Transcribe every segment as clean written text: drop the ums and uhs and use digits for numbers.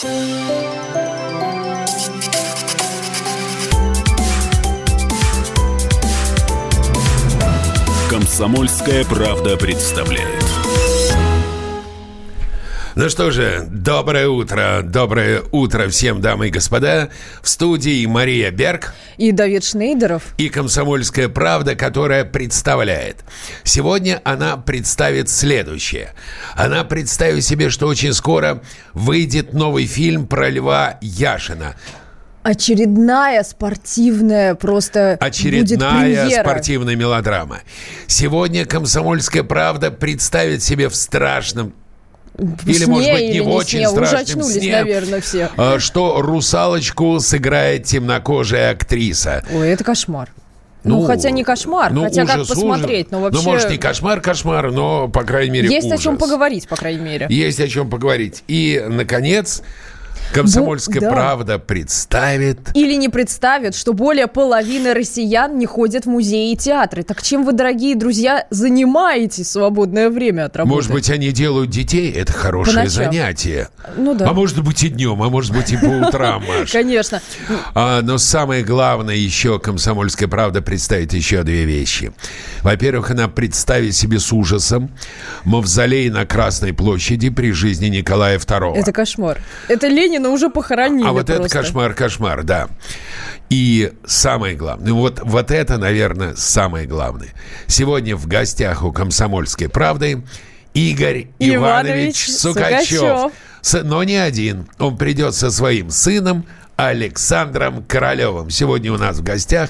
«Комсомольская правда» представляет. Ну что же, доброе утро всем, дамы и господа. В студии Мария Берг и Давид Шнейдеров. И «Комсомольская правда», которая представляет. Сегодня она представит следующее. Она представит себе, что очень скоро выйдет новый фильм про Льва Яшина. Очередная спортивная будет премьера. Спортивная мелодрама. Сегодня «Комсомольская правда» представит себе в страшном или, может быть, не в очень страшном сне, наверное, все. Что русалочку сыграет темнокожая актриса. Ой, это кошмар. Хотя не кошмар, хотя как посмотреть, но вообще... может, не кошмар, но, по крайней мере, есть ужас. О чем поговорить, по крайней мере. Есть о чем поговорить. И, наконец... «Комсомольская правда» представит... Или не представит, что более половины россиян не ходят в музеи и театры. Так чем вы, дорогие друзья, занимаетесь в свободное время от работы? Может быть, они делают детей? Это хорошее занятие. Да. А может быть, и днем, а может быть, и по утрам, Маш. Конечно. Но самое главное еще «Комсомольская правда» представит еще две вещи. Во-первых, она представит себе с ужасом мавзолей на Красной площади при жизни Николая II. Это кошмар. Это Ленина уже похоронили. А вот просто. Это кошмар, да. И самое главное, вот это, наверное, самое главное. Сегодня в гостях у «Комсомольской правды» Игорь Иванович Сукачев. Но не один. Он придет со своим сыном Александром Королевым. Сегодня у нас в гостях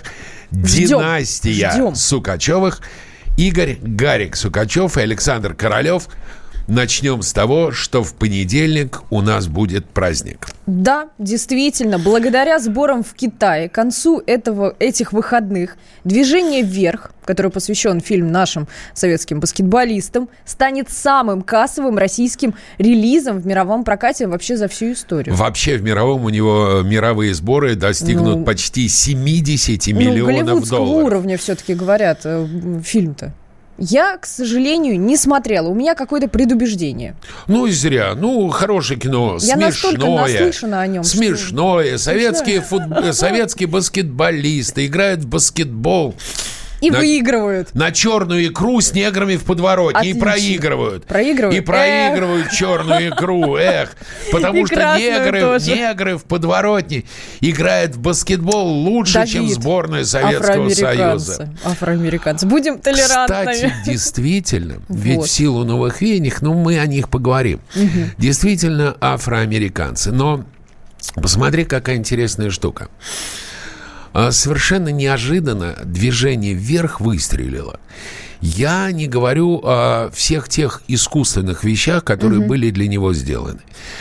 династия Сукачевых. Игорь Гарик Сукачев и Александр Королев. Начнем с того, что в понедельник у нас будет праздник. Да, действительно, благодаря сборам в Китае к концу этих выходных «Движение вверх», который посвящен фильм нашим советским баскетболистам, станет самым кассовым российским релизом в мировом прокате вообще за всю историю. Вообще в мировом у него мировые сборы достигнут почти 70 миллионов голливудского долларов. Уровня все-таки говорят фильм-то. Я, к сожалению, не смотрела. У меня какое-то предубеждение. И зря. Хорошее кино. Я настолько наслышана о нем. Смешное. Советские баскетболисты играют в баскетбол. И выигрывают. На черную икру с неграми в подворотне. Отлично. И проигрывают. И проигрывают черную икру. Потому что негры в подворотне играют в баскетбол лучше, чем сборная Советского Союза. Афроамериканцы. Будем толерантными. Кстати, действительно, ведь в силу новых веяний, мы о них поговорим. Действительно, афроамериканцы. Но посмотри, какая интересная штука. Совершенно неожиданно «Движение вверх» выстрелило. Я не говорю о всех тех искусственных вещах, которые были для него сделаны.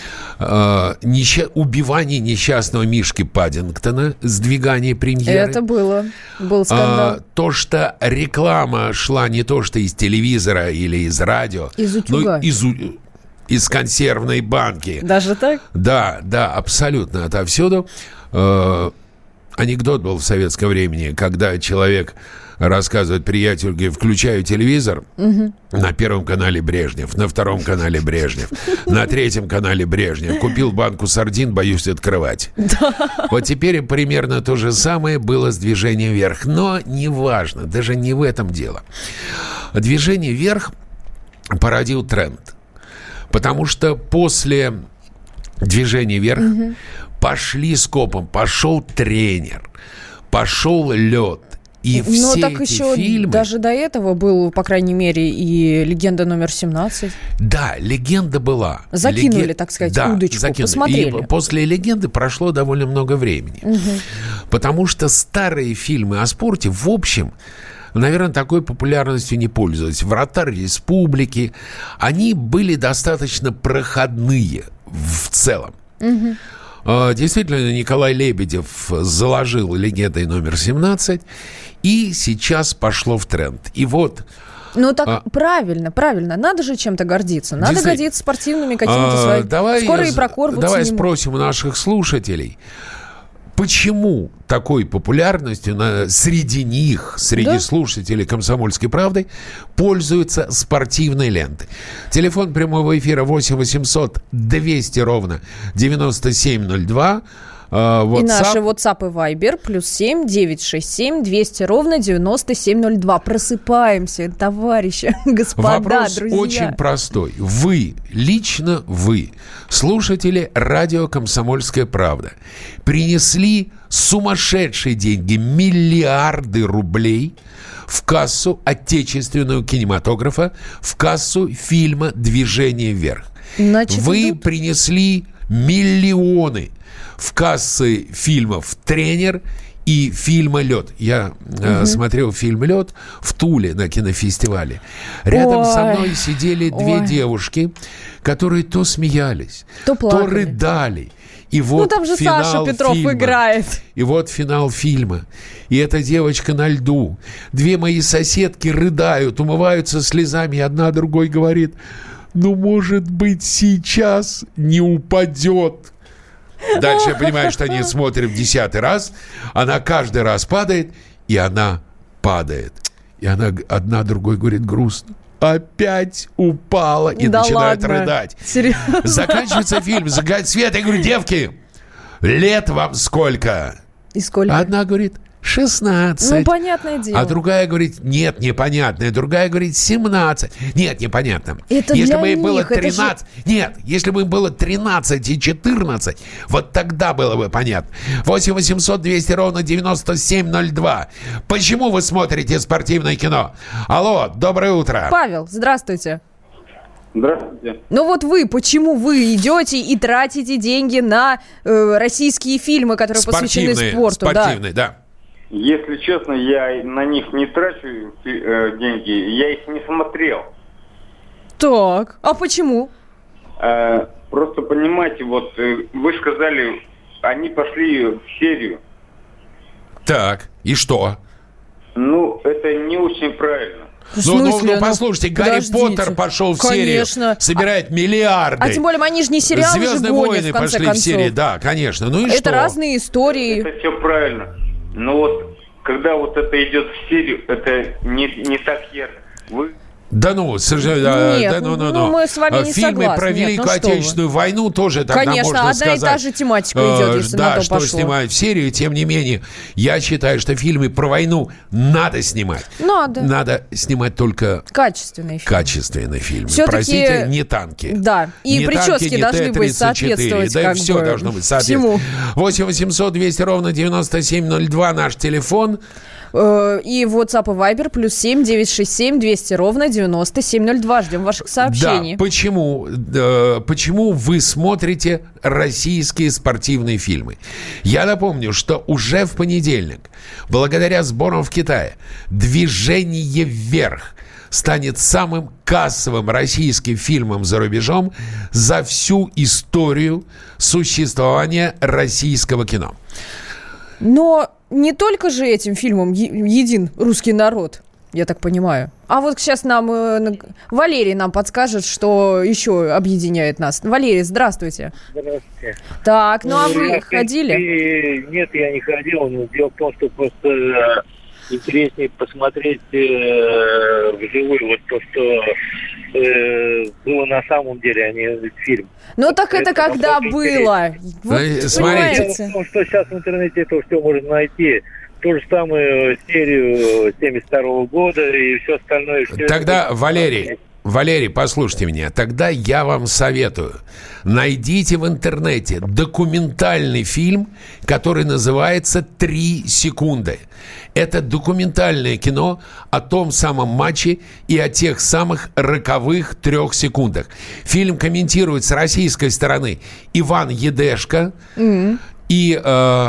Убивание несчастного Мишки Паддингтона, сдвигание премьеры. Это был скандал. То, что реклама шла не то что из телевизора или из радио, из утюга. Из консервной банки. Даже так? Да, абсолютно отовсюду. Анекдот был в советское время, когда человек рассказывает приятелю, говорит, включаю телевизор, на первом канале Брежнев, на втором канале Брежнев, на третьем канале Брежнев. Купил банку сардин, боюсь открывать. Вот теперь примерно то же самое было с «Движением вверх». Но неважно, даже не в этом дело. «Движение вверх» породил тренд. Потому что после «Движения вверх» пошли скопом, пошел тренер, пошел лед. И все так эти еще фильмы... даже до этого был, по крайней мере, и «Легенда номер 17». Да, «Легенда» была. Закинули, так сказать, удочку, посмотрели. И после «Легенды» прошло довольно много времени. Потому что старые фильмы о спорте, в общем, наверное, такой популярностью не пользовались. «Вратарь республики», они были достаточно проходные в целом. Действительно, Николай Лебедев заложил «Легендой номер 17», и сейчас пошло в тренд. И вот... правильно. Надо же чем-то гордиться. Надо гордиться спортивными какими-то своими... Скоро и про корпус давай спросим у наших слушателей. Почему такой популярностью среди них, среди слушателей «Комсомольской правды» пользуются спортивные ленты? Телефон прямого эфира 8 800 200 ровно 9702. WhatsApp. И наши WhatsApp и Viber +7 967 200 ровно 9702. Просыпаемся, товарищи, господа, вопрос друзья. очень простой. Вы, лично вы, слушатели радио «Комсомольская правда», принесли сумасшедшие деньги, миллиарды рублей в кассу отечественного кинематографа, в кассу фильма «Движение вверх». Значит, вы принесли миллионы в кассы фильмов «Тренер» и фильма «Лед». Я смотрел фильм «Лед» в Туле на кинофестивале. Рядом со мной сидели две девушки, которые то смеялись, то рыдали. И вот там же финал Саша Петров фильма. играет. И вот финал фильма. И эта девочка на льду. Две мои соседки рыдают, умываются слезами, и одна другой говорит: ну, может быть, сейчас не упадет. Дальше я понимаю, что они смотрят в 10-й раз. Она каждый раз падает, и она падает. И она одна другой говорит грустно: опять упала. И начинает рыдать. Серьезно? Заканчивается фильм, загорает свет. Я говорю: девки, лет вам сколько? И сколько? Одна говорит: 16. Ну, понятное дело. А другая говорит: нет, непонятно. И другая говорит: 17. Нет, непонятно. Это если для бы им было них, 13... Нет, если бы им было 13 и 14, вот тогда было бы понятно. 8 800 200 ровно 9702. Почему вы смотрите спортивное кино? Алло, доброе утро. Павел, здравствуйте. Здравствуйте. Ну вот вы, почему вы идете и тратите деньги на российские фильмы, которые посвящены спорту? Спортивные, да. Если честно, я на них не трачу деньги, я их не смотрел. Так, а почему? Просто понимаете, вот вы сказали, они пошли в серию. Так, и что? Ну, это не очень правильно. Ну, послушайте, Гарри Поттер пошел в серию, собирает миллиарды. А тем более, они же не сериалы же Звездные гонят, войны в конце пошли концов. в серию, да, конечно. Ну и это что? Это разные истории. Это все правильно. Но вот, когда вот это идет в серию, это не так ярко. Вы... Да ну, совершенно... Нет, мы с вами не фильмы согласны. про Великую Отечественную войну тоже тогда конечно, можно сказать... Конечно, одна и та же тематика идет, если да, на то что пошло. снимают в серию. Тем не менее, я считаю, что фильмы про войну надо снимать. Надо снимать только... Качественные фильмы. Качественные фильмы. Все-таки... Простите, не танки. Да, и не прически танки, не должны быть соответствовать. Да, все должно быть соответствовать. 8 800 200 ровно 9702 наш телефон. И WhatsApp и Viber +7 967 200 ровно 9702. Ждем ваших сообщений. Да, почему вы смотрите российские спортивные фильмы? Я напомню, что уже в понедельник, благодаря сборам в Китае, «Движение вверх» станет самым кассовым российским фильмом за рубежом за всю историю существования российского кино. Но не только же этим фильмом един русский народ, я так понимаю. А вот сейчас нам Валерий нам подскажет, что еще объединяет нас. Валерий, здравствуйте. Здравствуйте. Так, а вы ходили? Нет, я не ходил. Но дело в том, что просто интереснее посмотреть вживую вот то, что было на самом деле, а не фильм. Ну так это когда было? Вот, смотрите. Дело в том, что сейчас в интернете это все можно найти. То же самое серию 72 года и все остальное. Все тогда, Валерий, послушайте меня. Тогда я вам советую. Найдите в интернете документальный фильм, который называется «3 секунды». Это документальное кино о том самом матче и о тех самых роковых 3 секундах. Фильм комментирует с российской стороны Иван Едешко и...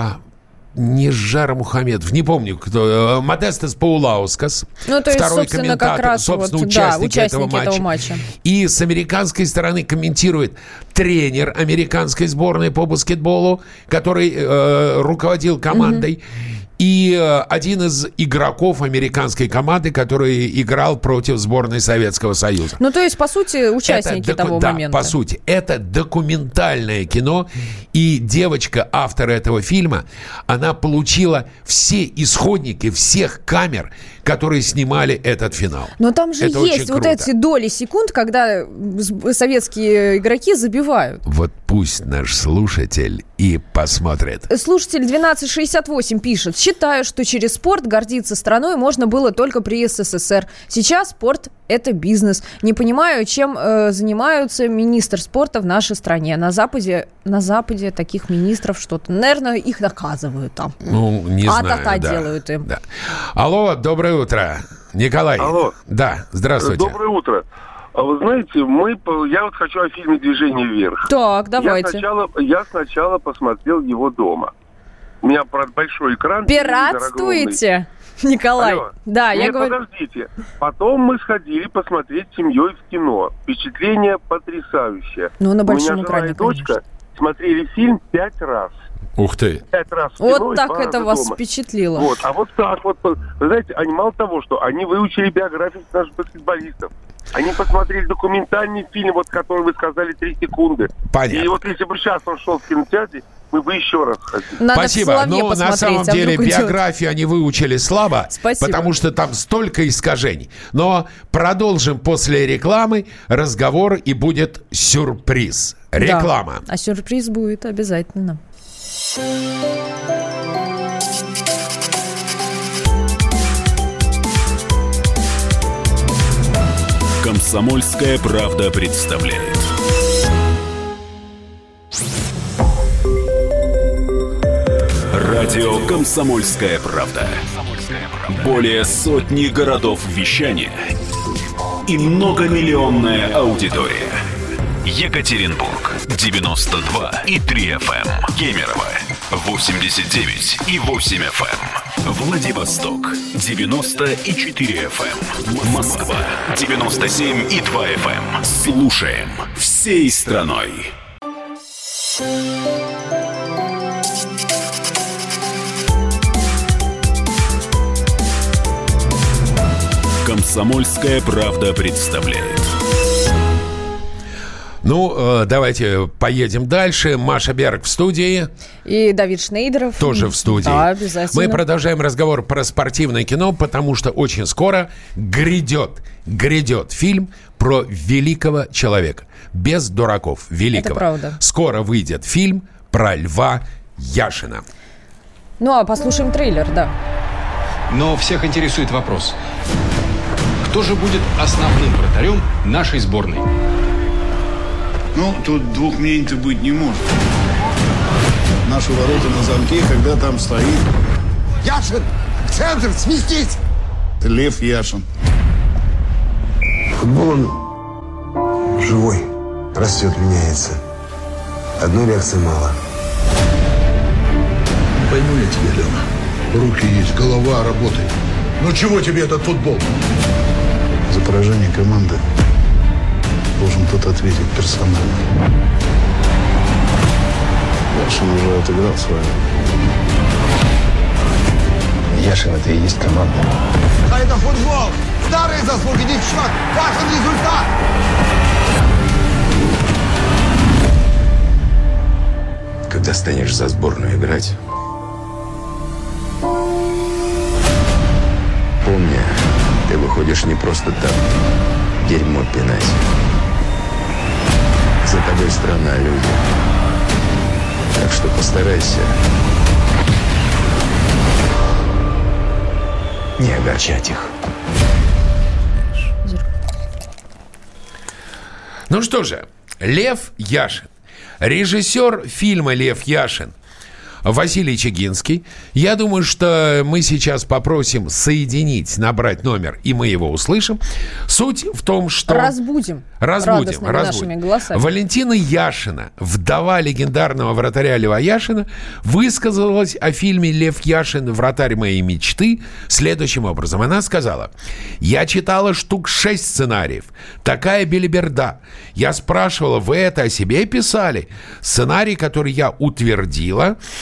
Нижар Мухамедов, не помню, кто, Модестес Паулаускас, ну, то есть, второй комментатор, как раз собственно, вот, участник этого матча. И с американской стороны комментирует тренер американской сборной по баскетболу, который руководил командой. и один из игроков американской команды, который играл против сборной Советского Союза. Ну, то есть, по сути, участники того момента. Да, по сути. Это документальное кино, и девочка, автор этого фильма, она получила все исходники всех камер, которые снимали этот финал. Но там же есть вот эти доли секунд, когда советские игроки забивают. Вот пусть наш слушатель и посмотрит. Слушатель 1268 пишет: считаю, что через спорт гордиться страной можно было только при СССР. Сейчас спорт – это бизнес. Не понимаю, чем занимаются министр спорта в нашей стране. На Западе таких министров что-то. Наверное, их наказывают там. Ну, не знаю, делают им. Да. Алло, доброе утро. Николай. Алло. Да, здравствуйте. Доброе утро. А вы знаете, я вот хочу о фильме «Движение вверх». Так, давайте. Я сначала посмотрел его дома. У меня, правда, большой экран. Пиратствуете, Николай? Алло. Да, я говорю... Подождите. Потом мы сходили посмотреть с семьей в кино. Впечатление потрясающее. Ну, на большом У меня экране, жена и дочка конечно. смотрели фильм 5 раз. Ух ты. 5 раз в кино. Вот так это вас дома. впечатлило. Вот, а вот так вот, вы знаете, они мало того, что они выучили биографию наших баскетболистов, они посмотрели документальный фильм, вот который вы сказали, 3 секунды. Понятно. И вот если бы сейчас он шел в кинотеатре, мы бы еще раз ходили. Надо Спасибо. Но на самом деле биографию они выучили слабо, потому что там столько искажений. Но продолжим после рекламы разговор, и будет сюрприз. Реклама. Да. А сюрприз будет обязательно. «Комсомольская правда» представляет. Радио «Комсомольская правда». Более сотни городов вещания и многомиллионная аудитория. Екатеринбург 92,3 FM. Кемерово 89,8 FM. Владивосток 90,4 FM. Москва 97,2 FM. Слушаем всей страной. «Комсомольская правда» представляет. Ну, давайте поедем дальше. Маша Берг в студии. И Давид Шнейдеров. Тоже в студии. Да, обязательно. Мы продолжаем разговор про спортивное кино, потому что очень скоро грядет фильм про великого человека. Без дураков. Великого. Это правда. Скоро выйдет фильм про Льва Яшина. Ну, а послушаем трейлер, да. Но всех интересует вопрос. Кто же будет основным вратарем нашей сборной? Ну, тут двух мнений-то быть не может. Наши ворота на замке, когда там стоит... Яшин! В центр! Сместись! Это Лев Яшин. Футбол, он живой. Растет, меняется. Одной реакции мало. Пойму я тебя, Лева. Руки есть, голова работает. Ну чего тебе этот футбол? За поражение команды должен кто-то ответить персонально. Яшин уже отыграл свое. Яшин, это и есть команда. А это футбол! Старые заслуги не в счет! Важен результат! Когда станешь за сборную играть, помни, ты выходишь не просто так дерьмо пинать. За тобой страна, люди. Так что постарайся не огорчать их. Ну что же, Лев Яшин. Режиссер фильма «Лев Яшин» Василий Чегинский. Я думаю, что мы сейчас попросим соединить, набрать номер, и мы его услышим. Суть в том, что... Разбудим нашими голосами. Валентина Яшина, вдова легендарного вратаря Льва Яшина, высказалась о фильме «Лев Яшин. Вратарь моей мечты» следующим образом. Она сказала: «Я читала штук 6 сценариев. Такая белиберда. Я спрашивала, вы это о себе писали? Сценарий, который я утвердила,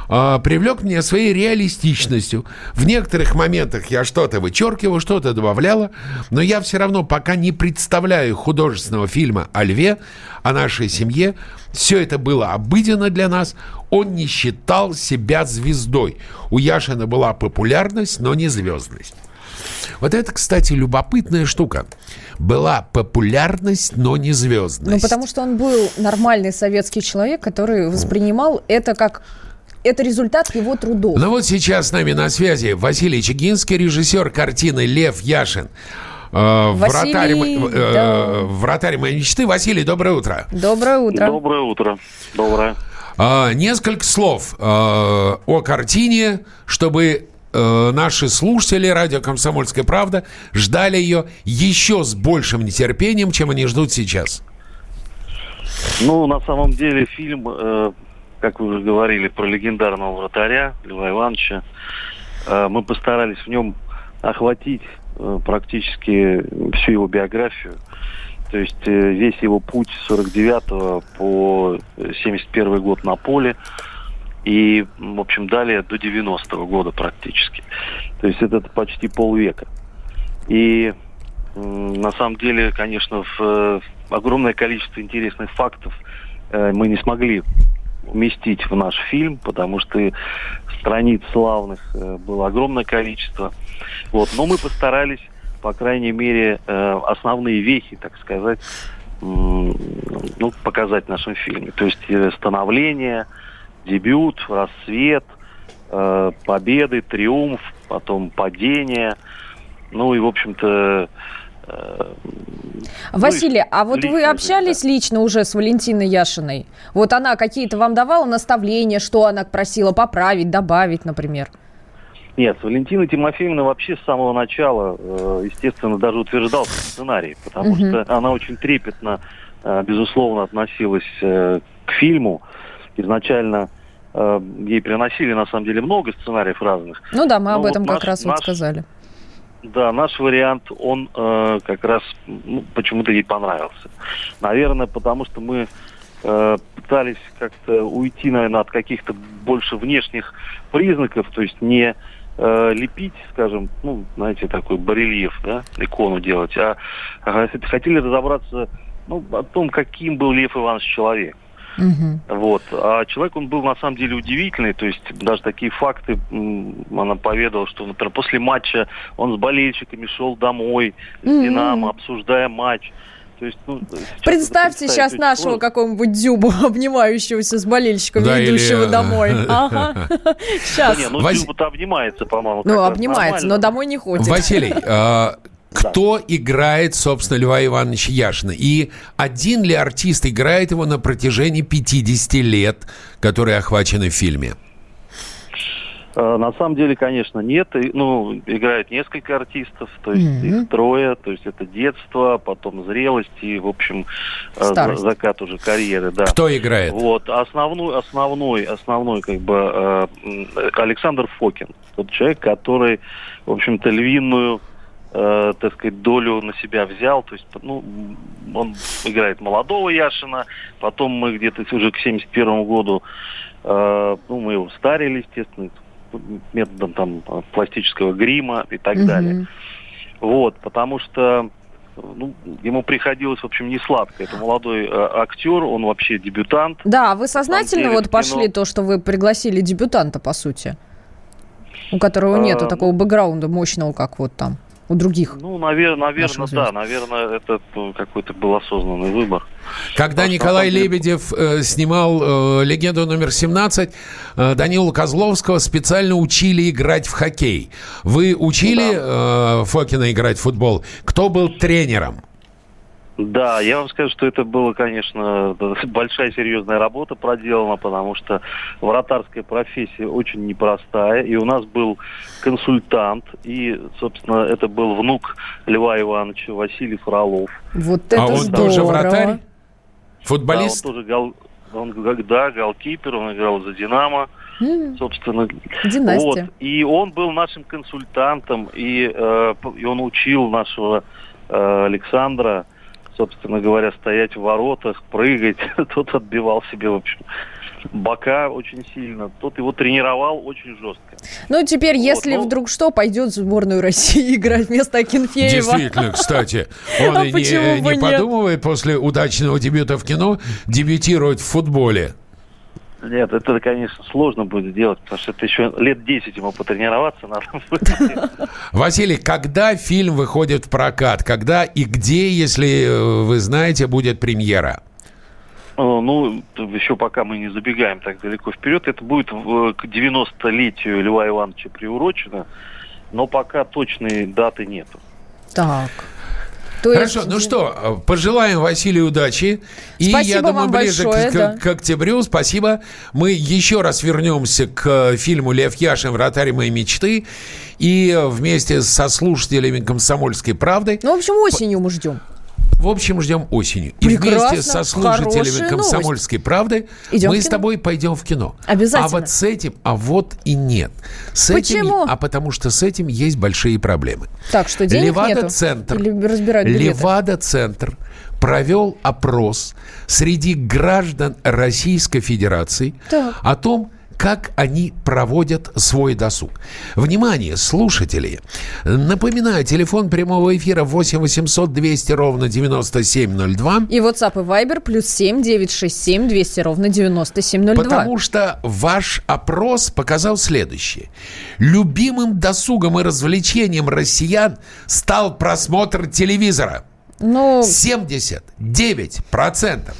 привлек меня своей реалистичностью. В некоторых моментах я что-то вычеркивал, что-то добавляла, но я все равно пока не представляю художественного фильма о льве, о нашей семье. Все это было обыденно для нас. Он не считал себя звездой. У Яшина была популярность, но не звездность. Вот это, кстати, любопытная штука. Была популярность, но не звездность. Ну, потому что он был нормальный советский человек, который воспринимал это как... Это результат его трудов. Ну вот сейчас с нами на связи Василий Чигинский, режиссер картины «Лев Яшин». Вратарь моей мечты. Василий, доброе утро. Доброе утро. Доброе утро. Доброе. Несколько слов о картине, чтобы наши слушатели радио «Комсомольская правда» ждали ее еще с большим нетерпением, чем они ждут сейчас. Ну, на самом деле, фильм, как вы уже говорили, про легендарного вратаря Льва Ивановича. Мы постарались в нем охватить практически всю его биографию. То есть весь его путь с 49 по 71 год на поле. И, в общем, далее до 90-го года практически. То есть это почти полвека. И на самом деле, конечно, огромное количество интересных фактов мы не смогли уместить в наш фильм, потому что страниц славных было огромное количество. Вот. Но мы постарались, по крайней мере, основные вехи, так сказать, показать в нашем фильме. То есть становление, дебют, рассвет, победы, триумф, потом падение. Ну и, в общем-то... Василий, а вот вы общались лично уже с Валентиной Яшиной? Вот она какие-то вам давала наставления, что она просила поправить, добавить, например? Нет, с Валентиной Тимофеевной вообще с самого начала, естественно, даже утверждался сценарий, потому что она очень трепетно, безусловно, относилась к фильму. Изначально ей приносили, на самом деле, много сценариев разных. Ну да, мы об этом как раз вот сказали. Да, наш вариант, он как раз почему-то ей понравился. Наверное, потому что мы пытались как-то уйти, наверное, от каких-то больше внешних признаков, то есть не лепить, скажем, знаете, такой барельеф, да, икону делать, а хотели разобраться, о том, каким был Лев Иванович человек. Вот. А человек, он был на самом деле удивительный, то есть даже такие факты, она поведала, что, например, после матча он с болельщиками шел домой, с «Динамо», обсуждая матч. То есть, представьте сейчас нашего какого-нибудь Дзюбу, обнимающегося с болельщиками, идущего домой. Ага. Сейчас. Дзюба-то обнимается, по-моему. Обнимается, но домой не ходит. Василий, кто играет, собственно, Льва Ивановича Яшина? И один ли артист играет его на протяжении 50 лет, которые охвачены в фильме? На самом деле, конечно, нет. Играет несколько артистов, то есть их трое. То есть это детство, потом зрелость и, в общем, закат уже карьеры. Да. Кто играет? Вот. Основной как бы Александр Фокин. Тот человек, который, в общем-то, львиную, так сказать, долю на себя взял. То есть, он играет молодого Яшина, потом мы где-то уже к 71 году, мы его старили, естественно, методом там пластического грима и так далее. Вот, потому что ему приходилось, в общем, не сладко. Это молодой актер, он вообще дебютант. Да, вы сознательно пошли то, что вы пригласили дебютанта, по сути? У которого нету такого бэкграунда мощного, как вот там у других. Наверное, да. Наверное, это какой-то был осознанный выбор. Когда Николай Лебедев снимал «Легенду номер 17», Данилу Козловского специально учили играть в хоккей. Вы учили Фокина играть в футбол? Кто был тренером? Да, я вам скажу, что это было, конечно, большая серьезная работа проделана, потому что вратарская профессия очень непростая, и у нас был консультант, и, собственно, это был внук Льва Ивановича, Василий Фролов. Вот это он здорово. Тоже вратарь? Футболист? Да, он тоже голкипер, он играл за «Динамо», собственно. Династия. Вот. И он был нашим консультантом, и он учил нашего Александра, собственно говоря, стоять в воротах, прыгать. Тот отбивал себе, в общем, бока очень сильно. Тот его тренировал очень жестко. Ну, теперь, если вдруг что, пойдет в сборную России играть вместо Акинфеева. Действительно, кстати. Он не подумывает после удачного дебюта в кино дебютировать в футболе. Нет, это, конечно, сложно будет сделать, потому что это еще лет 10 ему потренироваться надо будет. Василий, когда фильм выходит в прокат? Когда и где, если вы знаете, будет премьера? Ну, еще пока мы не забегаем так далеко вперед. Это будет к 90-летию Льва Ивановича приурочено, но пока точной даты нету. Так. Хорошо, ну что, пожелаем Василию удачи. И спасибо, я думаю, вам ближе большое, к октябрю. Спасибо. Мы еще раз вернемся к фильму «Лев Яшин. Вратарь моей мечты». И вместе со слушателями «Комсомольской правды». Ну, в общем, осенью мы ждем. В общем, ждем осенью. И прекрасно, вместе со слушателями «Комсомольской правды» мы с тобой пойдем в кино. Обязательно. А вот с этим, и нет. Почему? Потому что с этим есть большие проблемы. Так, что денег нету? Левада-центр провел опрос среди граждан Российской Федерации о том, как они проводят свой досуг. Внимание, слушатели! Напоминаю, телефон прямого эфира 8 800 200 ровно 9702. И WhatsApp и Viber +7 967 200 ровно 9702. Потому что ваш опрос показал следующее. Любимым досугом и развлечением россиян стал просмотр телевизора. 79%.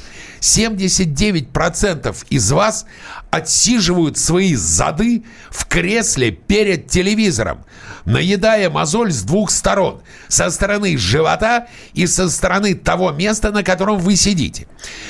79% из вас отсиживают свои зады в кресле перед телевизором, наедая мозоль с двух сторон. Со стороны живота и со стороны того места, на котором вы сидите.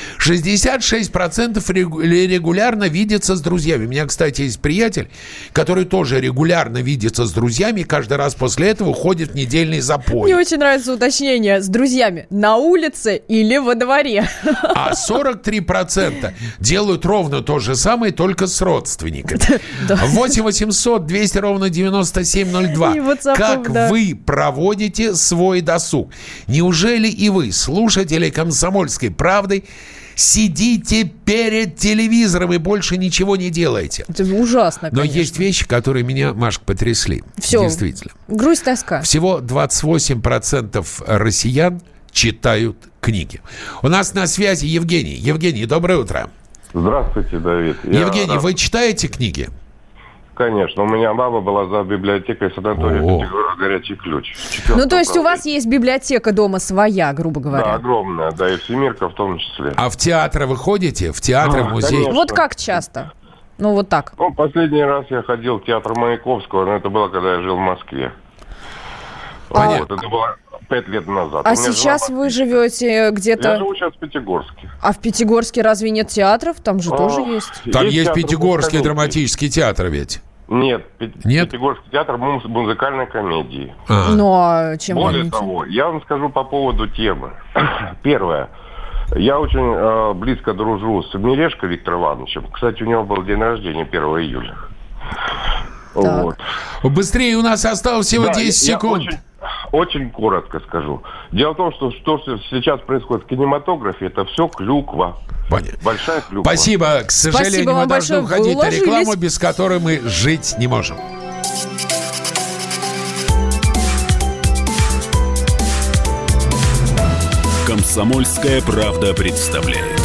66% регулярно видятся с друзьями. У меня, кстати, есть приятель, который тоже регулярно видится с друзьями, и каждый раз после этого ходит в недельный запой. Мне очень нравится уточнение: с друзьями на улице или во дворе. А 43% делают ровно то же самое, только с родственниками. 8 800 200 ровно 9702. Как вы проводите свой досуг? Неужели и вы, слушатели «Комсомольской правды», сидите перед телевизором и больше ничего не делаете? Это ужасно, конечно. Но есть вещи, которые меня, Машка, потрясли. Все. Действительно. Грусть, тоска. Всего 28% россиян читают книги. У нас на связи Евгений. Евгений, доброе утро. Здравствуйте, Давид. Евгений, вы читаете книги? Конечно. У меня баба была за библиотекой санатория «Горячий ключ». Ну, то есть у вас есть библиотека дома своя, грубо говоря? Да, огромная, да, и Всемирка в том числе. А в театры вы ходите? В театры, в музей? Конечно. Вот как часто? Ну, вот так. Ну, последний раз я ходил в театр Маяковского, но это было, когда я жил в Москве. Понятно. Вот, это было 5 лет назад. А сейчас вы живете где-то... Я живу сейчас в Пятигорске. А в Пятигорске разве нет театров? Там же тоже есть. Там есть Пятигорский драматический театр ведь? Нет, Пятигорский театр музыкальной комедии. Ну, а чем более того, я вам скажу по поводу темы. Первое. Я очень близко дружу с Мережко Виктором Ивановичем. Кстати, у него был день рождения 1 июля. Вот. Быстрее, у нас осталось всего 10 секунд. Очень коротко скажу. Дело в том, что сейчас происходит в кинематографе, это все клюква. Понятно. Большая клюква. Спасибо. К сожалению, мы должны уходить на рекламу, без которой мы жить не можем. «Комсомольская правда» представляет.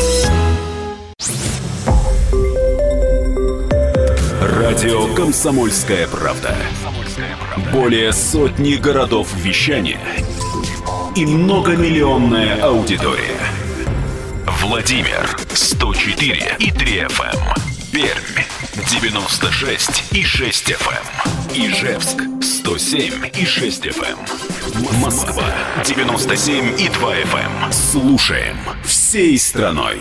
Радио «Комсомольская правда». Более сотни городов вещания и многомиллионная аудитория. Владимир 104 и 3 FM. Пермь 96 и 6 FM. Ижевск 107 и 6 FM. Москва 97 и 2 FM. Слушаем всей страной.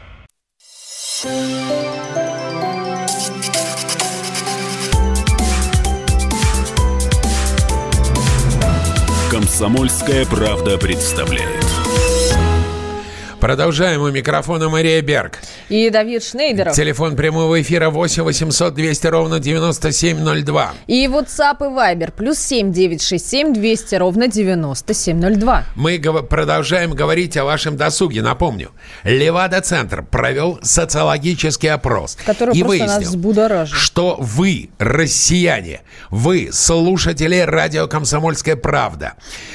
«Комсомольская правда» представляет. Продолжаем. У микрофона Мария Берг. И Давид Шнейдеров. Телефон прямого эфира 8 800 200 ровно 9702. И WhatsApp и Viber +7 967 200 ровно 9702. Мы продолжаем говорить о вашем досуге. Напомню, Левада-центр провел социологический опрос. Который и просто нас выяснил, взбудоражил. что вы, россияне, вы, слушатели радио «Комсомольская правда»,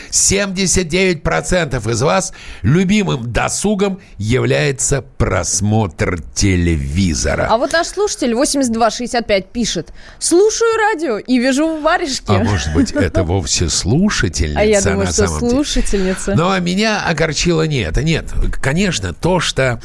79% из вас любимым досугом является просмотр телевизора. А вот наш слушатель 8265 пишет: слушаю радио и вяжу варежки. А может быть, это вовсе слушательница? А я думаю, на что самом деле? слушательница. Но меня огорчило не это. Нет, конечно, то, что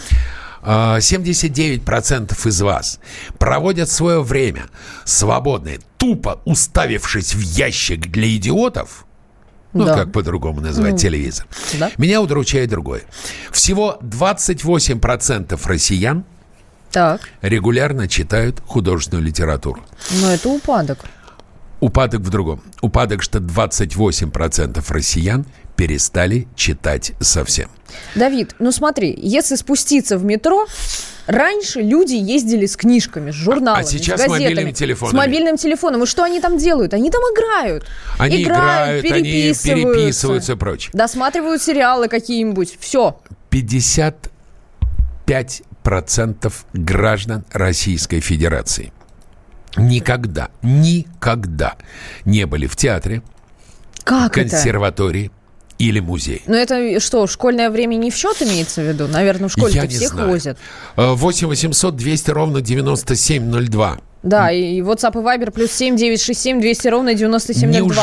79% из вас проводят свое время свободное, тупо уставившись в ящик для идиотов, ну, Да. как по-другому назвать телевизор. Да. Меня удручает другое. Всего 28% россиян Так, регулярно читают художественную литературу. но это упадок. Упадок в другом. Упадок, что 28% россиян перестали читать совсем. Давид, ну смотри, если спуститься в метро, раньше люди ездили с книжками, с журналами, А сейчас с с газетами. мобильными телефонами. С мобильным телефоном. И что они там делают? Они там играют. Они играют, они переписываются. переписываются и прочее. Досматривают сериалы какие-нибудь. Все. 55% граждан Российской Федерации никогда не были в театре, Как это? консерватории или музее. Ну это что, школьное время не в счет имеется в виду? Наверное, в школе Я не всех знаю. возят. 8 800 200 ровно 9702. Да, и WhatsApp и Viber +7 967 200 ровно 9702.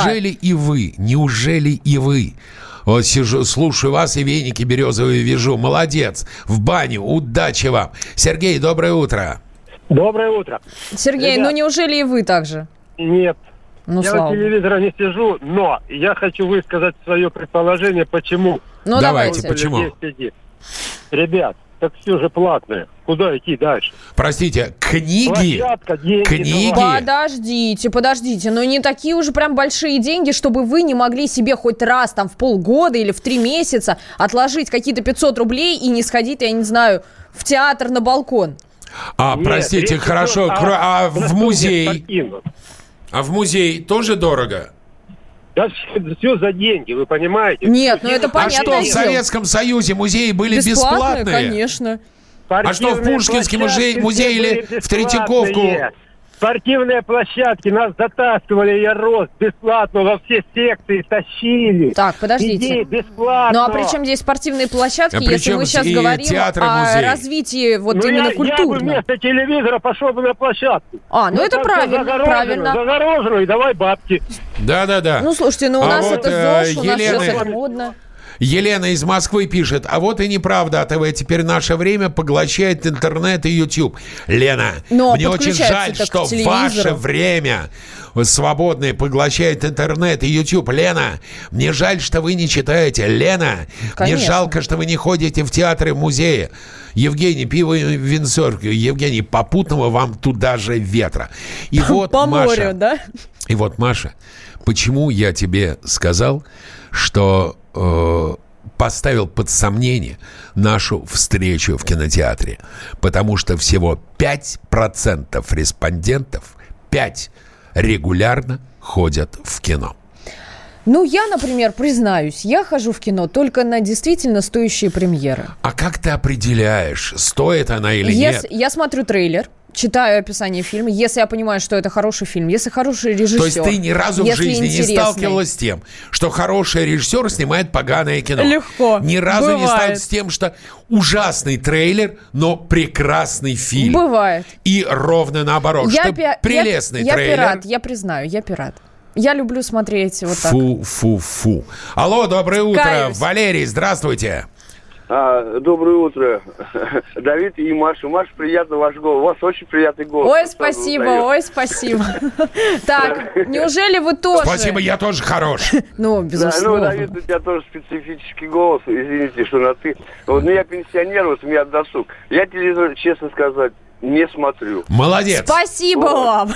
Неужели и вы? Вот сижу, слушаю вас и веники березовые вяжу. Молодец. В баню. Удачи вам. Сергей, доброе утро. Доброе утро. Сергей, Ребят, ну неужели и вы так же? Нет. Ну, Я слава у телевизора не сижу, но я хочу высказать свое предположение, почему. Ну, давайте. Сколько Почему? людей сидит. Ребят, так все же платное. Куда идти дальше? Простите, книги? Площадка, деньги. Книги? Подождите, но не такие уже прям большие деньги, чтобы вы не могли себе хоть раз там в полгода или в 3 месяца отложить какие-то 500 рублей и не сходить, я не знаю, в театр на балкон. А, Нет, простите, речь хорошо, идет а в музей? спортивном. А в музей тоже дорого? Да все за деньги, вы понимаете? Нет, ну это А понятно. что, в Советском Союзе музеи были Бесплатные, бесплатные? конечно. А что, в Пушкинский Площадки музей все или были в Третьяковку? бесплатные. Спортивные площадки нас затаскивали, я рос бесплатно, во все секции тащили. Так, подождите. Иди, бесплатно. Ну а при чем здесь спортивные площадки, А при если чем мы сейчас и говорим театры, о музеи? развитии вот Ну, именно я бы культурном? вместо телевизора пошел бы на площадку. А, ну это так правильно, загорожено, правильно. Загорожено, и давай бабки. Да-да-да. Ну слушайте, ну у А нас вот, это ЗОЖ, у нас Елена- сейчас это модно. Елена из Москвы пишет, а вот и неправда, АТВ теперь наше время поглощает интернет и YouTube. Лена, Но мне очень жаль, подключается-то что к телевизору. ваше время свободное поглощает интернет и YouTube. Лена, мне жаль, что вы не читаете. Лена, мне Конечно. жалко, что вы не ходите в театры, в музеи. Евгений, пиво и винцо. Евгений, попутного вам туда же ветра. И вот, По Маша, морю, да? и вот, Маша, почему я тебе сказал, что поставил под сомнение нашу встречу в кинотеатре? Потому что всего 5% респондентов, 5 регулярно ходят в кино. Ну, я, например, признаюсь, я хожу в кино только на действительно стоящие премьеры. А как ты определяешь, стоит она или нет? Я смотрю трейлер, читаю описание фильма, если я понимаю, что это хороший фильм, если хороший режиссер. То есть ты ни разу в если жизни не интересный. сталкивалась с тем, что хороший режиссер снимает поганое кино? Легко. Ни разу не Бывает. сталкивалась с тем, что ужасный трейлер, но прекрасный фильм. Бывает. И ровно наоборот, что прелестный я трейлер. пират, я признаю, я пират. Я люблю смотреть вот так. Фу. Алло, доброе утро. Каюсь. Валерий, здравствуйте. Доброе утро, Давид и Маша. Маша, приятно ваш голос. У вас очень приятный голос. Ой, спасибо. Так, неужели вы тоже? Спасибо, я тоже хорош. Ну, безусловно. Да, Давид, у тебя тоже специфический голос. Извините, что на ты. Вот, я пенсионер, вот у меня досуг. Я телевизор, честно сказать, не смотрю. Молодец. Спасибо вам.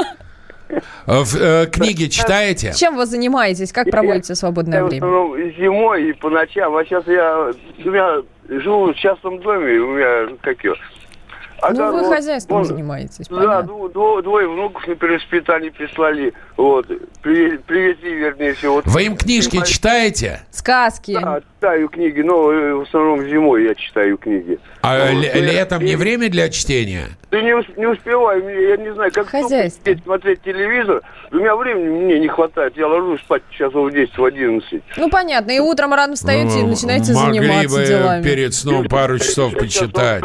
Книги читаете? Чем вы занимаетесь? Как проводите свободное время? В основном зимой и по ночам. А сейчас я живу в частном доме, у меня, Вы хозяйством занимаетесь, да, двое внуков на перевоспитание прислали. Вот. Привезли, вернее всего. Вот. Вы им книжки читаете? Сказки. Да, читаю книги, но в основном зимой я читаю книги. А летом не время для чтения? Да не успеваю, я не знаю, как смотреть телевизор. У меня времени мне не хватает. Я ложусь спать часов в 10, в 11. Ну, понятно. И утром рано встаете и начинаете заниматься делами. Могли бы перед сном пару часов почитать.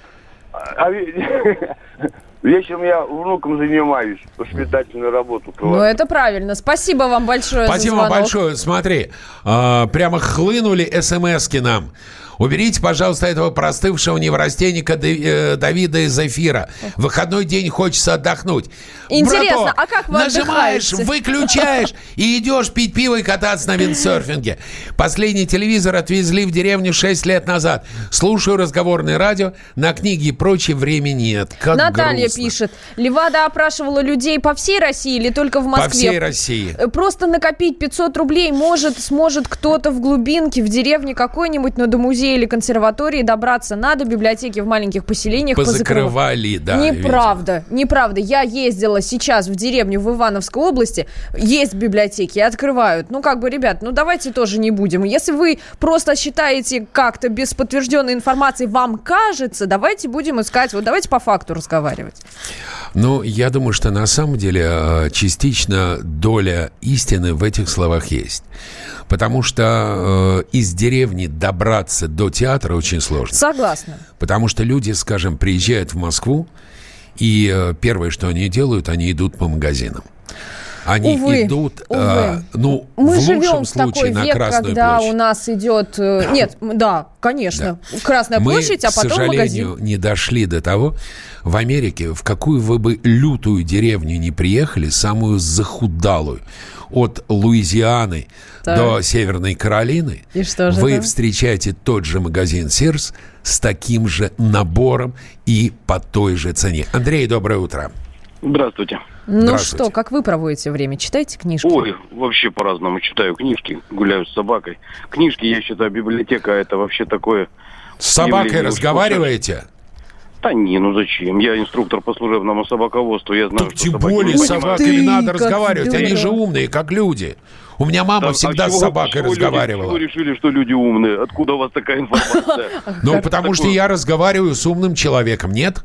Вечером я внуком занимаюсь, воспитательную работу провожу. Ну, это правильно. Спасибо вам большое за звонок. Спасибо большое. Смотри, прямо хлынули смски нам. Уберите, пожалуйста, этого простывшего неврастенника Давида из эфира. В выходной день хочется отдохнуть. Интересно, браток, а как вы нажимаешь, отдыхаете? выключаешь и идешь пить пиво и кататься на виндсерфинге. Последний телевизор отвезли в деревню 6 лет назад. Слушаю разговорное радио, на книги и прочее времени нет. Как Наталья грустно. пишет. Левада опрашивала людей по всей России или только в Москве? По всей России. Просто накопить 500 рублей сможет кто-то в глубинке, в деревне какой-нибудь, но до музея или консерватории добраться надо, библиотеки в маленьких поселениях позакрывали, да. Неправда. Я ездила сейчас в деревню в Ивановской области, есть библиотеки, открывают. Ребят, давайте тоже не будем. Если вы просто считаете как-то без подтвержденной информации, вам кажется, давайте будем искать, давайте по факту разговаривать. Я думаю, что на самом деле частично доля истины в этих словах есть. Потому что из деревни добраться до театра очень сложно. Согласна. Потому что люди, скажем, приезжают в Москву, и первое, что они делают, они идут по магазинам. Они идут, мы в лучшем случае на Красную когда площадь. У нас идет... Нет, да, конечно. Да. Красная площадь, а потом магазин. Мы, к сожалению, не дошли до того. В Америке, в какую вы бы лютую деревню не приехали, самую захудалую, от Луизианы до Северной Каролины, и что же вы там? встречаете тот же магазин Sears с таким же набором и по той же цене. Андрей, доброе утро. Здравствуйте. Что, как вы проводите время? Читаете книжки? Ой, вообще по-разному читаю книжки, гуляю с собакой. Книжки, я считаю, библиотека это вообще такое... С собакой разговариваете? Да не, зачем? Я инструктор по служебному собаководству, я знаю, что тем более с собаками надо разговаривать, они же умные, как люди. У меня мама всегда с собакой разговаривала. Вы решили, что люди умные? Откуда у вас такая информация? Потому что я разговариваю с умным человеком, нет?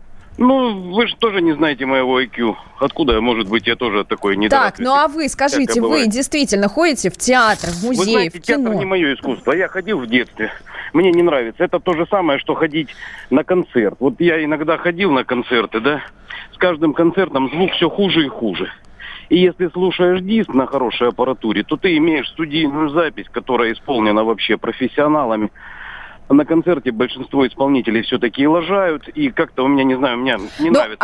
Вы же тоже не знаете моего IQ. Откуда, может быть, я тоже такой недоразвитый? Так, а вы скажите, вы действительно ходите в театр, в музей, вы знаете, в кино? Театр не мое искусство. Я ходил в детстве. Мне не нравится. Это то же самое, что ходить на концерт. Вот я иногда ходил на концерты, да? С каждым концертом звук все хуже и хуже. И если слушаешь диск на хорошей аппаратуре, то ты имеешь студийную запись, которая исполнена вообще профессионалами. На концерте большинство исполнителей все-таки лажают, и как-то у меня, не знаю, мне не нравится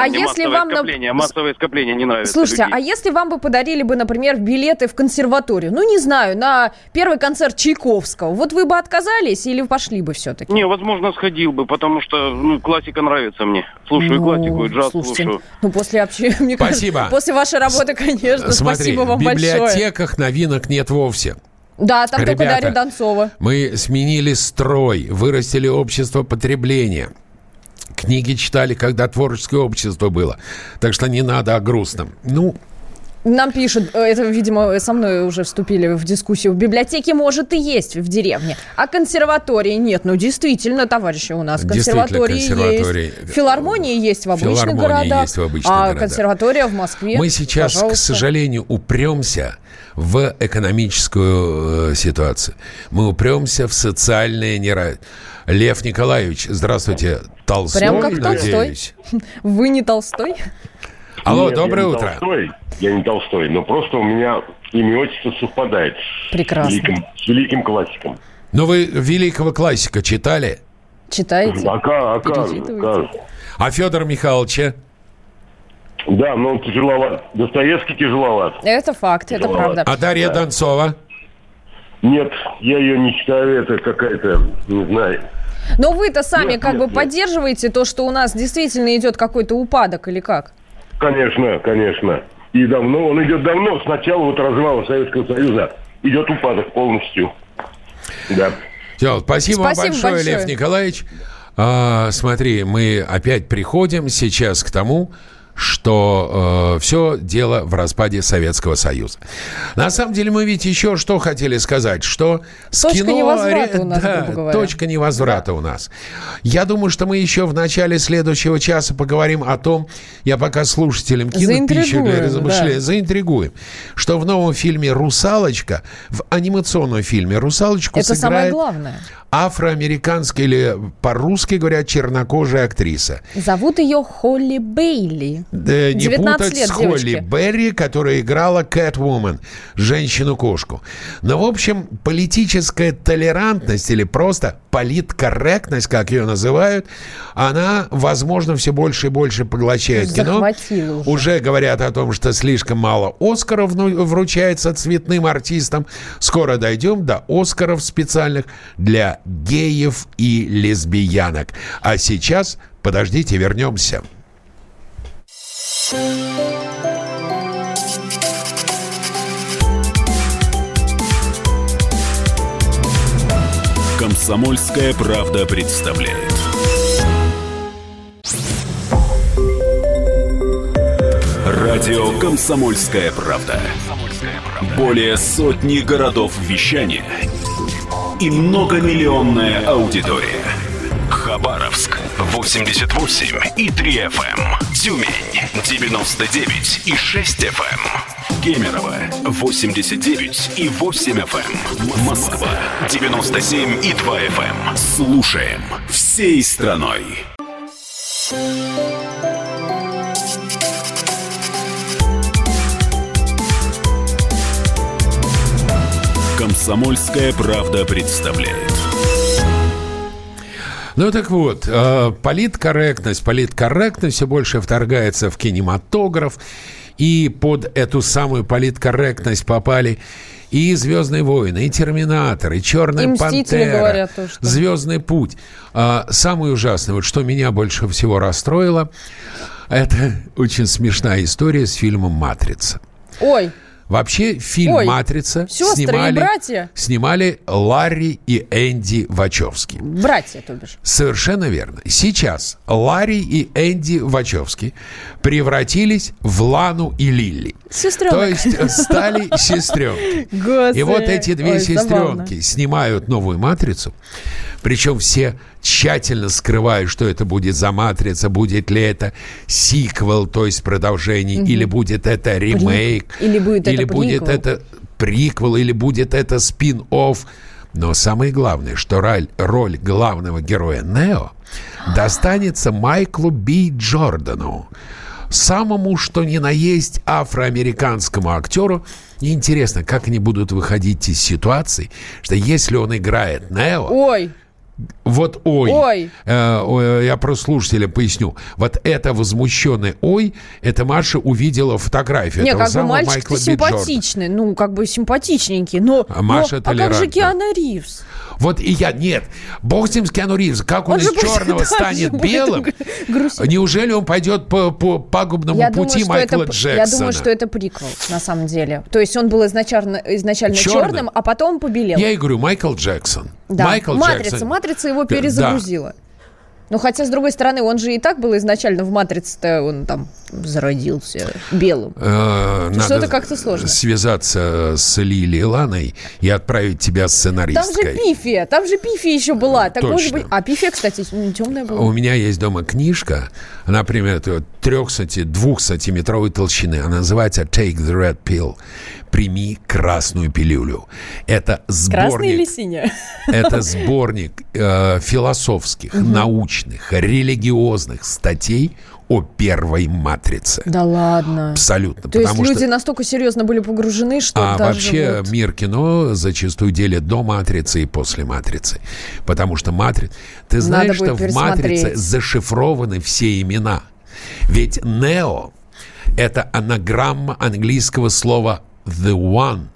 массовое скопление не нравится. Слушайте, людей. А если вам бы подарили бы, например, билеты в консерваторию, не знаю, на первый концерт Чайковского, вот вы бы отказались или пошли бы все-таки? Не, возможно, сходил бы, потому что, классика нравится мне. Слушаю классику и джаз слушаю. Мне кажется, после вашей работы, конечно, спасибо вам большое. В библиотеках новинок нет вовсе. Да, там только Дарья Донцова. Мы сменили строй, вырастили общество потребления. Книги читали, когда творческое общество было. Так что не надо о грустном. Нам пишут, это, видимо, со мной уже вступили в дискуссию, в библиотеке, может, и есть в деревне, а консерватории нет. Действительно, товарищи, у нас консерватории есть. Филармонии есть в обычных городах, консерватория в Москве. Мы сейчас, к сожалению, упремся в экономическую ситуацию. Мы упремся в социальное неравенство. Лев Николаевич, здравствуйте. Толстой, прям как Толстой. Вы не Толстой? Алло, Нет, доброе утро. Я не Толстой, но просто у меня имя и отчество совпадает. Прекрасно. С великим классиком. Вы великого классика читали? Читаете? А Федора Михайловича? Да, но он тяжеловат. Достоевский тяжеловат. Это факт, это правда. А Дарья Донцова? Нет, я ее не читаю, это какая-то, не знаю. Но вы-то сами поддерживаете то, что у нас действительно идет какой-то упадок или как? Конечно. И давно, он идет давно, с начала развала Советского Союза идет упадок полностью. Да. Спасибо вам большое, Лев Николаевич. Смотри, мы опять приходим сейчас к тому, что все дело в распаде Советского Союза. На самом деле мы ведь еще что хотели сказать, что с точка кино... невозврата у нас, грубо говоря. Точка невозврата у нас. Я думаю, что мы еще в начале следующего часа поговорим о том, я пока слушателям кину пищу для размышления, заинтригуем, что в новом фильме «Русалочка», в анимационном фильме «Русалочку» это сыграет... самое главное. Афроамериканская, или по-русски говорят, чернокожая актриса. Зовут ее Холли Бейли. Да, не 19 путать лет с Холли девочке. Берри, которая играла Кэтвумен, женщину-кошку. Но, в общем, политическая толерантность или просто политкорректность, как ее называют, она, возможно, все больше и больше поглощает кино. Уже говорят о том, что слишком мало Оскаров вручается цветным артистам. Скоро дойдем до Оскаров специальных для геев и лесбиянок. А сейчас, подождите, вернемся. «Комсомольская правда» представляет. Радио «Комсомольская правда». Более сотни городов вещания и многомиллионная аудитория. Хабаровск 88,3 FM. Тюмень 99,6 FM. Кемерово 89,8 FM. Москва 97,2 FM. Слушаем всей страной. «Комсомольская правда» представляет. Ну так вот, политкорректность все больше вторгается в кинематограф, и под эту самую политкорректность попали и «Звездные войны», и «Терминатор», и «Черная пантера», говорят, то, что... «Звездный путь». Самое ужасное, вот что меня больше всего расстроило, это очень смешная история с фильмом «Матрица». Ой. Вообще фильм «Матрица» снимали Ларри и Энди Вачовски. Братья, то бишь. Совершенно верно. Сейчас Ларри и Энди Вачовски превратились в Лану и Лилли. Сестренок. То есть стали сестренки. Господи. И вот эти две сестренки забавно. снимают новую «Матрицу». Причем все тщательно скрывают, что это будет за «Матрица», будет ли это сиквел, то есть продолжение, или будет это ремейк, или будет это приквел, или будет это спин-офф. Но самое главное, что роль главного героя Нео достанется Майклу Би Джордану, самому что ни на есть афроамериканскому актеру. И интересно, как они будут выходить из ситуации, что если он играет Нео... Вот ой. Я про слушателя поясню. Вот это возмущенное ой, это Маша увидела фотографию этого самого Майкла Би Джордана. Симпатичный, ну, как бы симпатичненький, но... Маша а как же Киану Ривз? Вот и я... Нет, бог с ним, с Киану Ривз. Как он из черного станет белым? Неужели он пойдет по пагубному пути Майкла Джексона? Я думаю, что это приквел, на самом деле. То есть он был изначально черным, а потом побелел. Я и говорю, Майкл Джексон. Да, Майкл Джексон. «Матрица» его перезагрузила. Да. Ну, хотя, с другой стороны, он же и так был изначально в «Матрице», он там зародился белым. Что-то как-то сложно. Связаться с Лили и Ланой и отправить тебя сценаристкой. Там же Пифия еще была. Так Точно. Может быть... А Пифия, кстати, темная была. У меня есть дома книжка, например, 2-сантиметровой толщины. Она называется «Take the Red Pill». «Прими красную пилюлю». Это сборник... Красная или синяя? Это сборник философских, научных, религиозных статей о первой «Матрице». Да ладно? Абсолютно. То есть люди настолько серьезно были погружены, что даже вообще мир кино зачастую делят до «Матрицы» и после «Матрицы». Потому что «Матрица»... Ты знаешь, что в «Матрице» зашифрованы все имена. Ведь «Нео» — это анаграмма английского слова «the one»,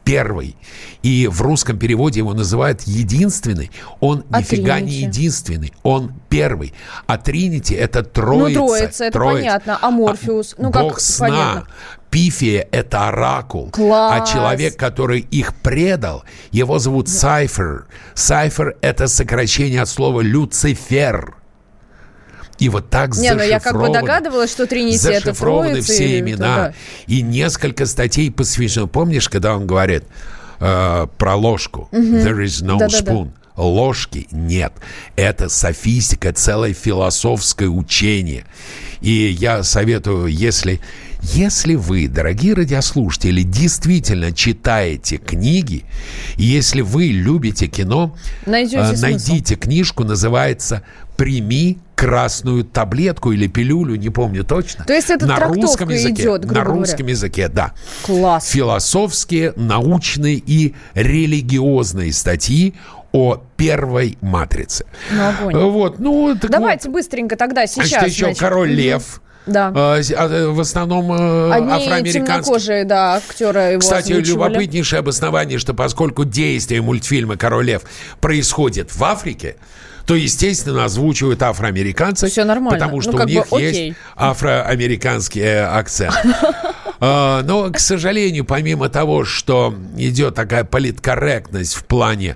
первый. И в русском переводе его называют единственный. Он нифига не единственный, он первый. А Тринити — это троица. Ну, троица, это понятно. А Морфеус? Ну, как Бог сна. понятно. Пифия — это оракул. Класс. А человек, который их предал, его зовут Сайфер. Сайфер — это сокращение от слова «Люцифер». И вот так зашифрованы. Я как бы догадывалась, что Тринити — это троица. Все имена. Да. И несколько статей посвящено. Помнишь, когда он говорит про ложку? There is no spoon. Ложки нет. Это софистика, целое философское учение. И я советую, если вы, дорогие радиослушатели, действительно читаете книги, и если вы любите кино, найдите книжку, называется «Прими красную таблетку» или пилюлю, не помню точно. То есть это на русском языке, идет, грубо говоря. На русском языке, да. Класс. Философские, научные и религиозные статьи о первой матрице. Вот, давайте быстренько тогда сейчас. Еще «Король Лев». Да. В основном афроамериканские. Темнокожие, да, актеры его Кстати, озвучивали. Любопытнейшее обоснование, что поскольку действие мультфильма «Король Лев» происходит в Африке, то, естественно, озвучивают афроамериканцы. Все нормально. Потому что у них есть афроамериканский акцент. Но, к сожалению, помимо того, что идет такая политкорректность в плане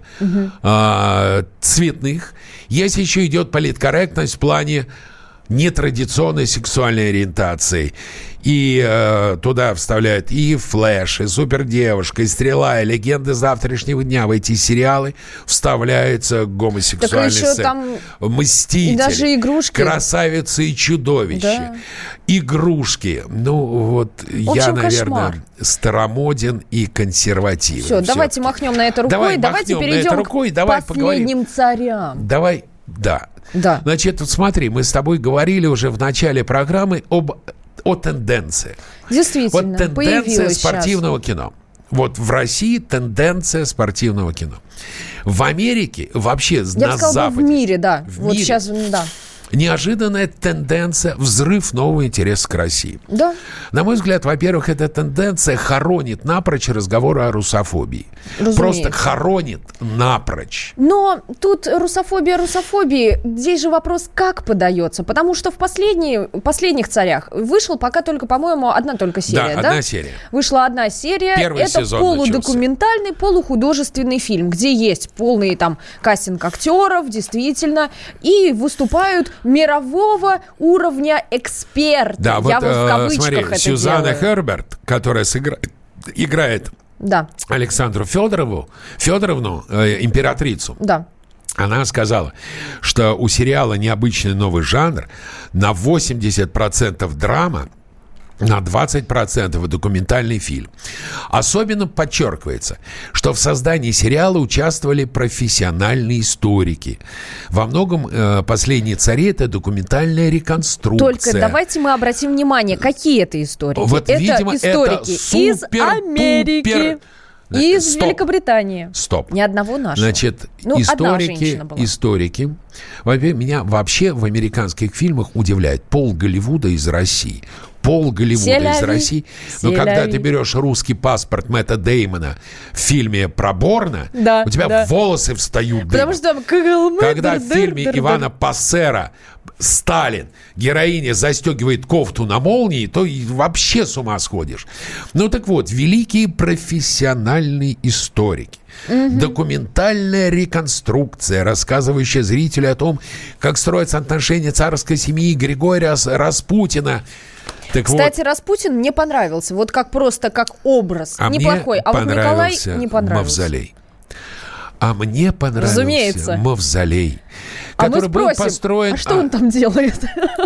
цветных, есть еще идет политкорректность в плане нетрадиционной сексуальной ориентации. И туда вставляют и «Флэш», и «Супердевушка», и «Стрела», и «Легенды завтрашнего дня». В эти сериалы вставляются гомосексуальные сцены. Там «Мстители», и даже игрушки. «Красавицы и чудовища», да. Игрушки. Ну, вот я, наверное, старомоден и консервативен. Все, давайте махнем на это рукой. Давайте перейдем к последним царям. Давай, да. Значит, смотри, мы с тобой говорили уже в начале программы о тенденции. Действительно, вот тенденция спортивного кино. Вот в России тенденция спортивного кино. В Америке вообще на Западе. В мире, да. Вот сейчас, да. Неожиданная тенденция, взрыв нового интереса к России. Да. На мой взгляд, во-первых, эта тенденция хоронит напрочь разговоры о русофобии. Разумеется. Просто хоронит напрочь. Но тут русофобии, здесь же вопрос, как подается. Потому что в последних «Царях» вышел пока только, по-моему, одна только серия. Да, одна серия. Вышла одна серия. Первый сезон полудокументальный, полухудожественный фильм, где есть полный там кастинг актеров, действительно, и выступают мирового уровня эксперты. Да, я вот в кавычках смотри, это Сюзанна делаю. Херберт, которая играет Александру Федоровну, императрицу. Да. Она сказала, что у сериала необычный новый жанр, на 80% драма, на 20% документальный фильм. Особенно подчеркивается, что в создании сериала участвовали профессиональные историки. Во многом «Последние цари» — это документальная реконструкция. Только давайте мы обратим внимание, какие это историки. Вот, это видимо, историки из Америки. Из Великобритании. Стоп. Ни одного нашего. Значит, историки. Меня вообще в американских фильмах удивляет пол Голливуда из России. Пол Голливуда из России. Но когда ты берешь русский паспорт Мэтта Деймона в фильме про Борна, у тебя волосы встают. Потому что когда в фильме Ивана Пассера Сталин, героиня застегивает кофту на молнии, то и вообще с ума сходишь. Ну так вот, великие профессиональные историки. Документальная реконструкция, рассказывающая зрителю о том, как строятся отношения царской семьи Григория Распутина. Так кстати, вот, Распутин мне понравился. Вот как просто, как образ. Неплохой. А вот Николай не понравился. Мавзолей. А мне понравился Мавзолей, который был построен... А что он там делает?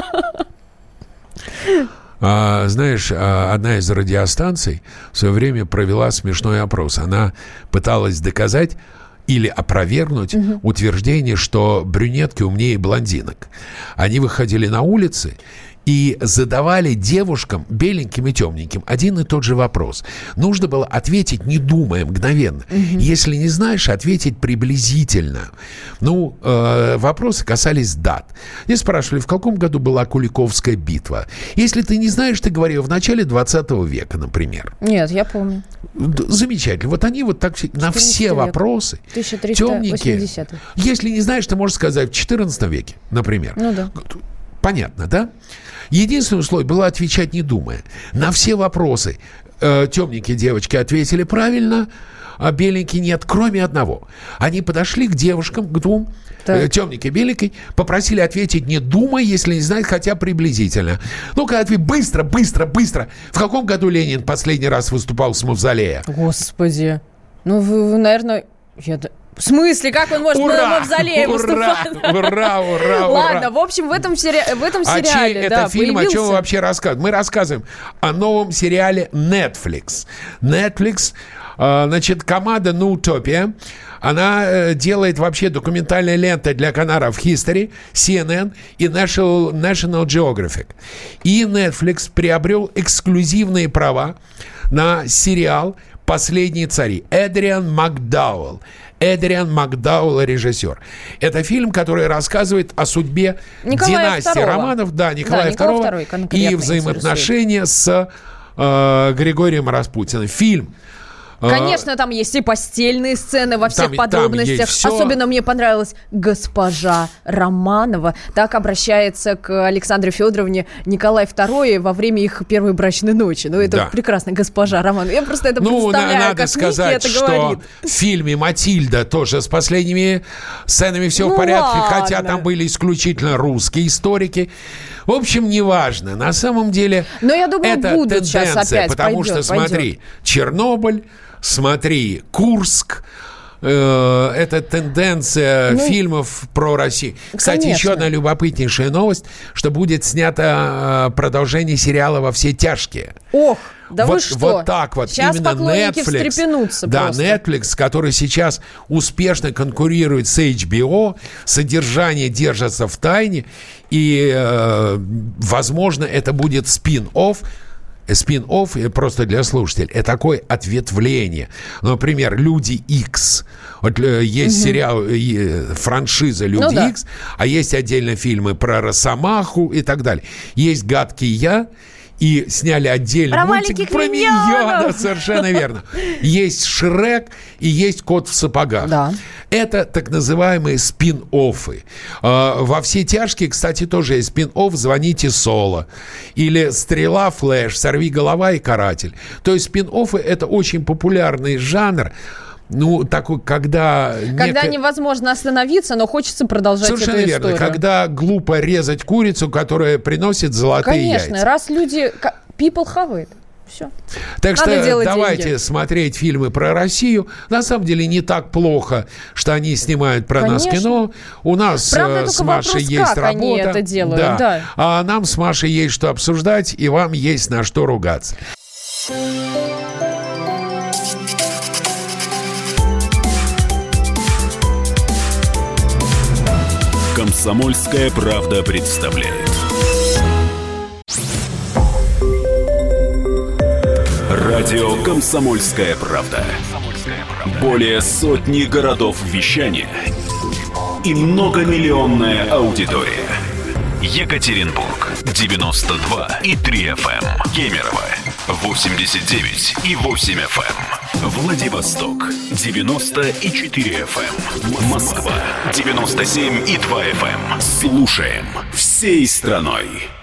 Знаешь, одна из радиостанций в свое время провела смешной опрос. Она пыталась доказать или опровергнуть утверждение, что брюнетки умнее блондинок. Они выходили на улицы и задавали девушкам, беленьким и темненьким, один и тот же вопрос. Нужно было ответить, не думая, мгновенно. Если не знаешь, ответить приблизительно. Ну, вопросы касались дат. И спрашивали, в каком году была Куликовская битва. Если ты не знаешь, ты говорил в начале 20 века, например. Нет, я помню. Замечательно. Вот они вот так на все вопросы. 1380. Если не знаешь, ты можешь сказать в 14 веке, например. Ну да. Понятно, да? Единственное условие было отвечать не думая. На все вопросы темненькие девочки ответили правильно, а беленькие нет, кроме одного. Они подошли к девушкам, к двум, темненькой, беленькой, попросили ответить не думая, если не знают, хотя приблизительно. Ну-ка, ответь быстро, быстро, быстро. В каком году Ленин последний раз выступал с мавзолея? Господи. Ну, вы наверное... В смысле? Как он может на мавзолее выступать? Ура! Ладно, в общем, в этом сериале, это фильм, о чем мы вообще рассказываем? Мы рассказываем о новом сериале Netflix. Netflix, значит, команда Newtopia, она делает вообще документальные ленты для каналов History, CNN и National Geographic. И Netflix приобрел эксклюзивные права на сериал «Последние цари». Эдриан Макдауэлл, режиссер. Это фильм, который рассказывает о судьбе династии Романов, Николая II и взаимоотношения с Григорием Распутиным. Фильм. Конечно, там есть и постельные сцены во всех подробностях. Особенно мне понравилась госпожа Романова. Так обращается к Александре Федоровне Николай II во время их первой брачной ночи. Ну, это прекрасно, госпожа Романова. Я просто это представляю, надо как сказать, Ники это говорит. Что в фильме «Матильда» тоже с последними сценами все в порядке, хотя там были исключительно русские историки. В общем, неважно. На самом деле, но я думаю, это будут тенденция, сейчас опять потому что, смотри, Чернобыль, смотри, Курск. Это тенденция фильмов про Россию. Кстати, еще одна любопытнейшая новость, что будет снято продолжение сериала «Во все тяжкие». Ох, да вы что? Вот так вот. Сейчас именно поклонники Netflix, встрепенутся просто. Netflix, который сейчас успешно конкурирует с HBO, содержание держится в тайне, и, возможно, это будет спин-офф. Спин-офф, просто для слушателей, это такое ответвление. Например, «Люди Икс». Вот есть сериал, франшиза «Люди Икс», а есть отдельно фильмы про Росомаху и так далее. Есть «Гадкий я», и сняли отдельный про мультик про миньонов. Совершенно верно. Есть «Шрек» и есть «Кот в сапогах». Да. Это так называемые спин-оффы. Во все тяжкие, кстати, тоже есть спин-офф «Звоните Соло». Или «Стрела», «Флэш», «Сорви голова» и «Каратель». То есть спин-оффы – это очень популярный жанр. Ну, такой, когда невозможно остановиться, но хочется продолжать эту историю. Совершенно верно. Когда глупо резать курицу, которая приносит золотые яйца. Конечно, раз люди... People have it. Все. Так надо что давайте деньги. Смотреть фильмы про Россию. На самом деле не так плохо, что они снимают про нас кино. У нас с Машей есть как работа. Они это делают, да. А нам с Машей есть что обсуждать, и вам есть на что ругаться. «Комсомольская правда» представляет. Радио «Комсомольская правда». Более сотни городов вещания и многомиллионная аудитория. Екатеринбург 92,3 FM. Кемерово 89,8 FM. Владивосток 90,4 FM. Москва 97,2 FM. Слушаем всей страной.